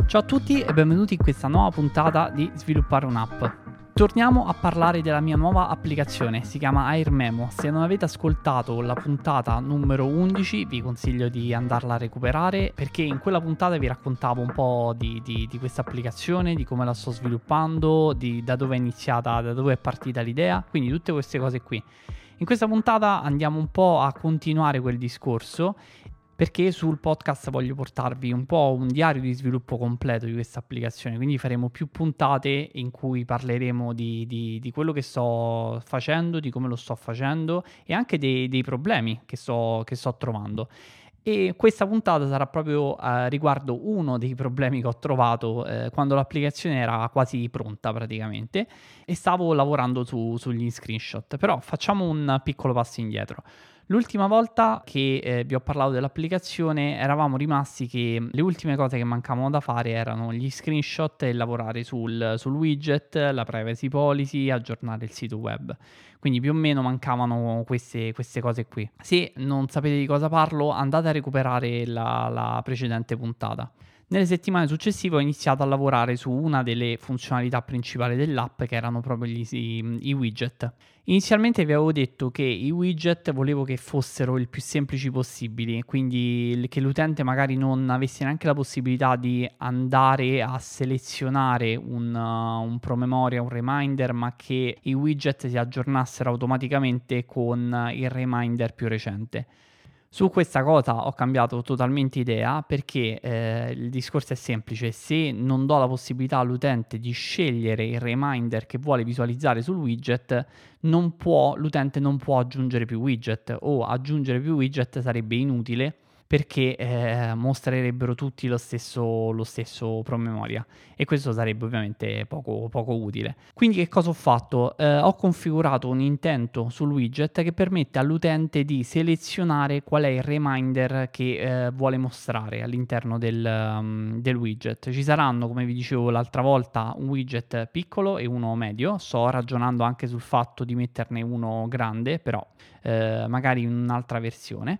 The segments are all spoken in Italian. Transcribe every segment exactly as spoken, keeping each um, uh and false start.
Ciao a tutti e benvenuti in questa nuova puntata di Sviluppare un'app. Torniamo a parlare della mia nuova applicazione, si chiama AirMemo. Se non avete ascoltato la puntata numero undici vi consiglio di andarla a recuperare, perché in quella puntata vi raccontavo un po' di, di, di questa applicazione, di come la sto sviluppando, di da dove è iniziata, da dove è partita l'idea, quindi tutte queste cose qui. In questa puntata andiamo un po' a continuare quel discorso, perché sul podcast voglio portarvi un po' un diario di sviluppo completo di questa applicazione, quindi faremo più puntate in cui parleremo di, di, di quello che sto facendo, di come lo sto facendo e anche dei, dei problemi che sto, che sto trovando. E questa puntata sarà proprio eh, riguardo uno dei problemi che ho trovato eh, quando l'applicazione era quasi pronta praticamente e stavo lavorando su, sugli screenshot. Però facciamo un piccolo passo indietro. L'ultima volta che eh, vi ho parlato dell'applicazione eravamo rimasti che le ultime cose che mancavano da fare erano gli screenshot e lavorare sul, sul widget, la privacy policy, aggiornare il sito web. Quindi più o meno mancavano queste, queste cose qui. Se non sapete di cosa parlo, andate a recuperare la, la precedente puntata. Nelle settimane successive ho iniziato a lavorare su una delle funzionalità principali dell'app, che erano proprio gli, i, i widget. Inizialmente vi avevo detto che i widget volevo che fossero il più semplici possibili, quindi che l'utente magari non avesse neanche la possibilità di andare a selezionare un, uh, un promemoria, un reminder, ma che i widget si aggiornassero automaticamente con il reminder più recente. Su questa cosa ho cambiato totalmente idea, perché eh, il discorso è semplice: se non do la possibilità all'utente di scegliere il reminder che vuole visualizzare sul widget, non può, l'utente non può aggiungere più widget, o aggiungere più widget sarebbe inutile perché eh, mostrerebbero tutti lo stesso, lo stesso promemoria e questo sarebbe ovviamente poco, poco utile. Quindi che cosa ho fatto? Eh, ho configurato un intento sul widget che permette all'utente di selezionare qual è il reminder che eh, vuole mostrare all'interno del, um, del widget. Ci saranno, come vi dicevo l'altra volta, un widget piccolo e uno medio. Sto ragionando anche sul fatto di metterne uno grande, però eh, magari in un'altra versione.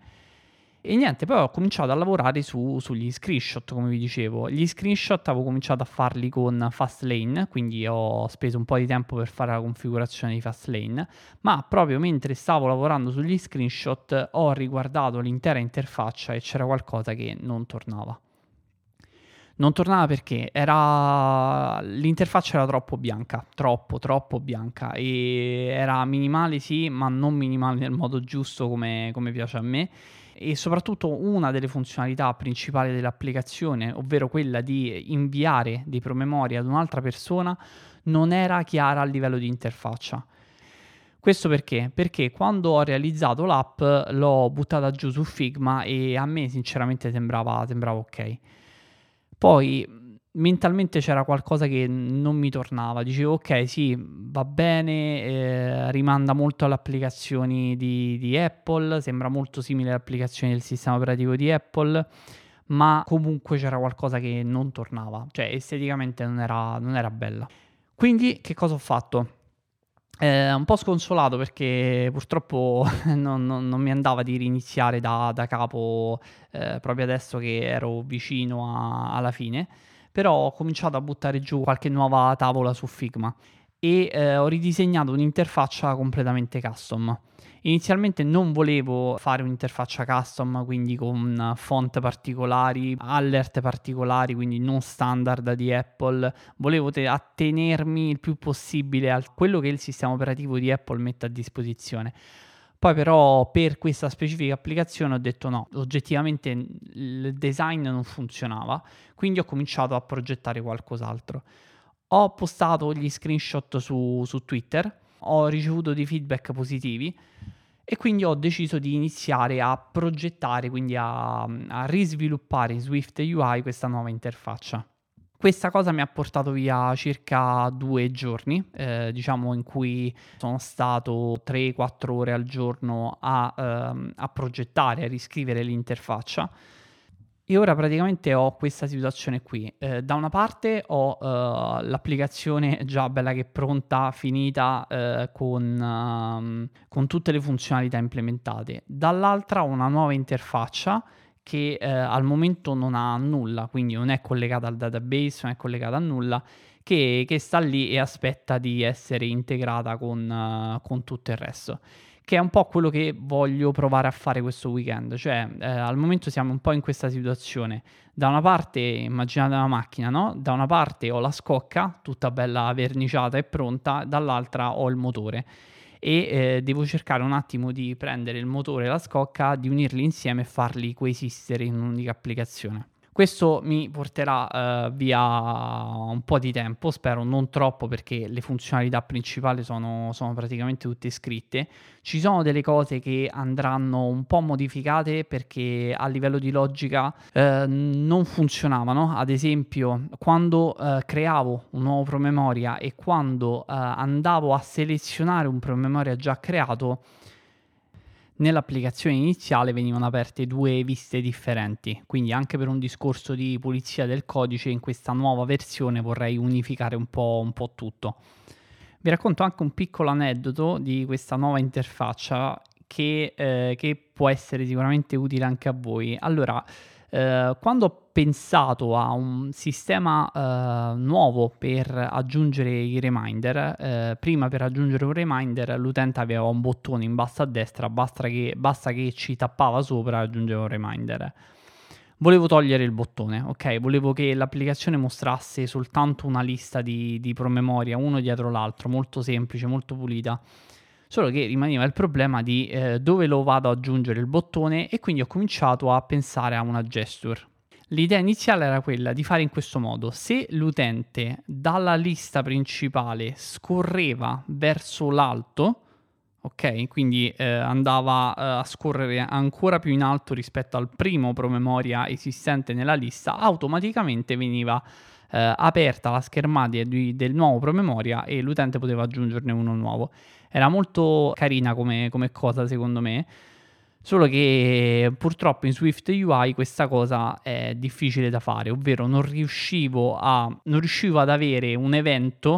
E niente, poi ho cominciato a lavorare su, sugli screenshot, come vi dicevo. Gli screenshot avevo cominciato a farli con Fastlane, quindi ho speso un po' di tempo per fare la configurazione di Fastlane, ma proprio mentre stavo lavorando sugli screenshot ho riguardato l'intera interfaccia e c'era qualcosa che non tornava. Non tornava perché era... l'interfaccia era troppo bianca, troppo, troppo bianca, e era minimale sì, ma non minimale nel modo giusto come, come piace a me. E soprattutto una delle funzionalità principali dell'applicazione, ovvero quella di inviare dei promemoria ad un'altra persona, non era chiara a livello di interfaccia. Questo perché? Perché quando ho realizzato l'app l'ho buttata giù su Figma e a me sinceramente sembrava, sembrava ok. Poi mentalmente c'era qualcosa che non mi tornava, dicevo ok sì, va bene, eh, rimanda molto alle applicazioni di, di Apple, sembra molto simile alle applicazioni del sistema operativo di Apple, ma comunque c'era qualcosa che non tornava, cioè esteticamente non era, non era bella. Quindi che cosa ho fatto? Eh, un po' sconsolato perché purtroppo non, non- non mi andava di riniziare da, da capo eh, proprio adesso che ero vicino a- alla fine, però ho cominciato a buttare giù qualche nuova tavola su Figma e eh, ho ridisegnato un'interfaccia completamente custom. Inizialmente non volevo fare un'interfaccia custom, quindi con font particolari, alert particolari, quindi non standard di Apple. Volevo te- attenermi il più possibile a quello che il sistema operativo di Apple mette a disposizione. Poi però per questa specifica applicazione ho detto no, oggettivamente il design non funzionava, quindi ho cominciato a progettare qualcos'altro. Ho postato gli screenshot su, su Twitter, ho ricevuto dei feedback positivi e quindi ho deciso di iniziare a progettare, quindi a, a risviluppare in Swift U I questa nuova interfaccia. Questa cosa mi ha portato via circa due giorni, eh, diciamo in cui sono stato tre quattro ore al giorno a, ehm, a progettare, a riscrivere l'interfaccia. E ora praticamente ho questa situazione qui. Eh, da una parte ho eh, l'applicazione già bella che pronta, finita, eh, con, ehm, con tutte le funzionalità implementate. Dall'altra ho una nuova interfaccia che eh, al momento non ha nulla, quindi non è collegata al database, non è collegata a nulla, che, che sta lì e aspetta di essere integrata con, uh, con tutto il resto. Che è un po' quello che voglio provare a fare questo weekend, cioè eh, al momento siamo un po' in questa situazione. Da una parte, immaginate una macchina, no? Da una parte ho la scocca, tutta bella verniciata e pronta, dall'altra ho il motore. E eh, devo cercare un attimo di prendere il motore e la scocca, di unirli insieme e farli coesistere in un'unica applicazione. Questo mi porterà uh, via un po' di tempo, spero non troppo, perché le funzionalità principali sono, sono praticamente tutte scritte. Ci sono delle cose che andranno un po' modificate perché a livello di logica uh, non funzionavano. Ad esempio, quando uh, creavo un nuovo promemoria e quando uh, andavo a selezionare un promemoria già creato, nell'applicazione iniziale venivano aperte due viste differenti, quindi anche per un discorso di pulizia del codice in questa nuova versione vorrei unificare un po', un po' tutto. Vi racconto anche un piccolo aneddoto di questa nuova interfaccia che, eh, che può essere sicuramente utile anche a voi. Allora, eh, quando ho pensato a un sistema eh, nuovo per aggiungere i reminder, eh, prima per aggiungere un reminder l'utente aveva un bottone in basso a destra, basta che, basta che ci tappava sopra e aggiungeva un reminder. Volevo togliere il bottone, ok? Volevo che l'applicazione mostrasse soltanto una lista di, di promemoria, uno dietro l'altro, molto semplice, molto pulita. Solo che rimaneva il problema di eh, dove lo vado ad aggiungere il bottone, e quindi ho cominciato a pensare a una gesture. L'idea iniziale era quella di fare in questo modo: se l'utente dalla lista principale scorreva verso l'alto, ok, quindi eh, andava eh, a scorrere ancora più in alto rispetto al primo promemoria esistente nella lista, automaticamente veniva eh, aperta la schermata di, del nuovo promemoria e l'utente poteva aggiungerne uno nuovo. Era molto carina come, come cosa, secondo me. Solo che purtroppo in Swift U I questa cosa è difficile da fare, ovvero non riuscivo, a, non riuscivo ad avere un evento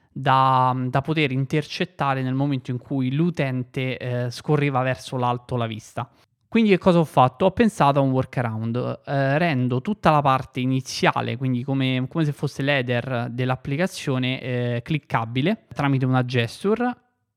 da, da poter intercettare nel momento in cui l'utente eh, scorreva verso l'alto la vista. Quindi che cosa ho fatto? Ho pensato a un workaround, eh, rendo tutta la parte iniziale, quindi come, come se fosse l'header dell'applicazione, eh, cliccabile tramite una gesture,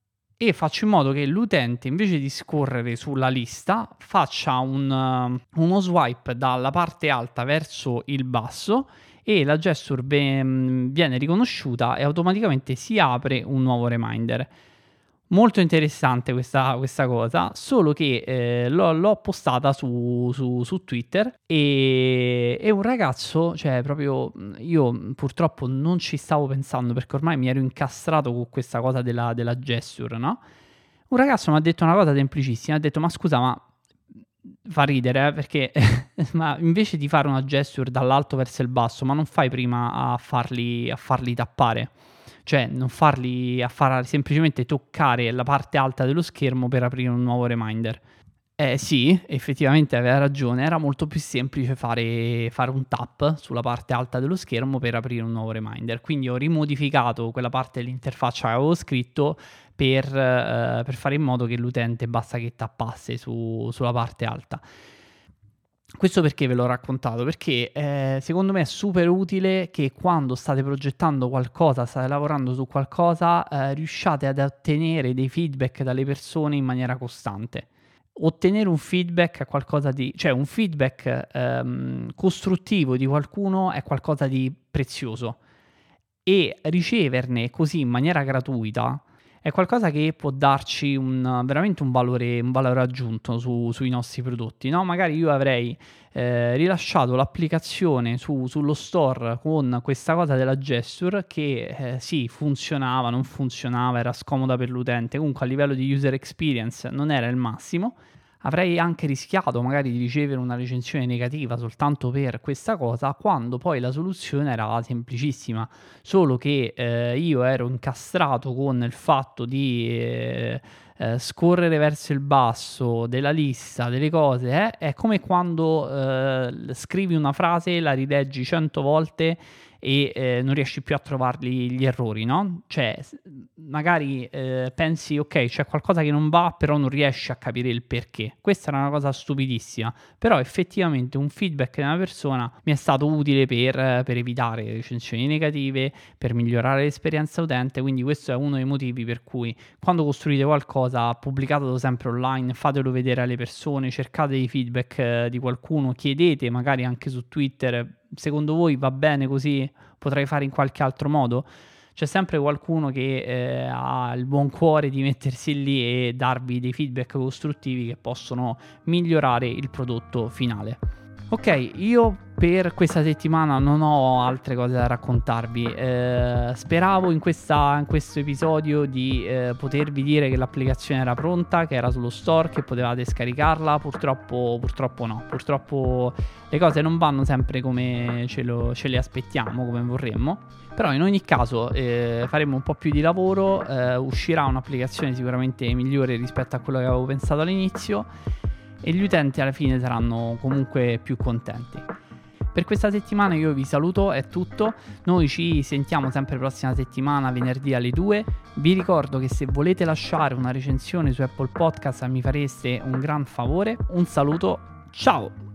e faccio in modo che l'utente, invece di scorrere sulla lista, faccia un, uh, uno swipe dalla parte alta verso il basso e la gesture be- viene riconosciuta e automaticamente si apre un nuovo reminder. Molto interessante questa, questa cosa, solo che eh, l'ho, l'ho postata su, su, su Twitter e, e un ragazzo, cioè proprio io purtroppo non ci stavo pensando perché ormai mi ero incastrato con questa cosa della, della gesture, no? Un ragazzo mi ha detto una cosa semplicissima, ha detto: ma scusa, ma fa ridere eh, perché ma invece di fare una gesture dall'alto verso il basso, ma non fai prima a farli, a farli tappare? Cioè non farli a far semplicemente toccare la parte alta dello schermo per aprire un nuovo reminder. Eh sì, effettivamente aveva ragione, era molto più semplice fare, fare un tap sulla parte alta dello schermo per aprire un nuovo reminder. Quindi ho rimodificato quella parte dell'interfaccia che avevo scritto per, eh, per fare in modo che l'utente basta che tappasse su, sulla parte alta. Questo perché ve l'ho raccontato? Perché eh, secondo me è super utile che quando state progettando qualcosa, state lavorando su qualcosa, eh, riusciate ad ottenere dei feedback dalle persone in maniera costante. Ottenere un feedback è qualcosa di, cioè un feedback ehm, costruttivo di qualcuno è qualcosa di prezioso, e riceverne così in maniera gratuita è qualcosa che può darci un, veramente un valore, un valore aggiunto su, sui nostri prodotti, no? Magari io avrei eh, rilasciato l'applicazione su, sullo store con questa cosa della gesture che eh, sì, funzionava, non funzionava, era scomoda per l'utente, comunque a livello di user experience non era il massimo. Avrei anche rischiato magari di ricevere una recensione negativa soltanto per questa cosa, quando poi la soluzione era semplicissima, solo che eh, io ero incastrato con il fatto di eh, eh, scorrere verso il basso della lista delle cose. Eh? È come quando eh, scrivi una frase, la rileggi cento volte e eh, non riesci più a trovarli gli errori, no? Cioè, magari eh, pensi, ok, c'è qualcosa che non va, però non riesci a capire il perché. Questa era una cosa stupidissima, però effettivamente un feedback di una persona mi è stato utile per, per evitare recensioni negative, per migliorare l'esperienza utente, quindi questo è uno dei motivi per cui quando costruite qualcosa pubblicatelo sempre online, fatelo vedere alle persone, cercate i feedback eh, di qualcuno, chiedete magari anche su Twitter, secondo voi va bene così, potrei fare in qualche altro modo? C'è sempre qualcuno che eh, ha il buon cuore di mettersi lì e darvi dei feedback costruttivi che possono migliorare il prodotto finale. Ok, io per questa settimana non ho altre cose da raccontarvi. Eh, speravo in, questa, in questo episodio di eh, potervi dire che l'applicazione era pronta, che era sullo store, che potevate scaricarla. Purtroppo, purtroppo no. Purtroppo le cose non vanno sempre come ce, lo, ce le aspettiamo, come vorremmo. Però in ogni caso eh, faremo un po' più di lavoro. Eh, uscirà un'applicazione sicuramente migliore rispetto a quello che avevo pensato all'inizio, e gli utenti alla fine saranno comunque più contenti. Per questa settimana io vi saluto, è tutto. Noi ci sentiamo sempre prossima settimana, venerdì alle due. Vi ricordo che se volete lasciare una recensione su Apple Podcast mi fareste un gran favore. Un saluto, ciao!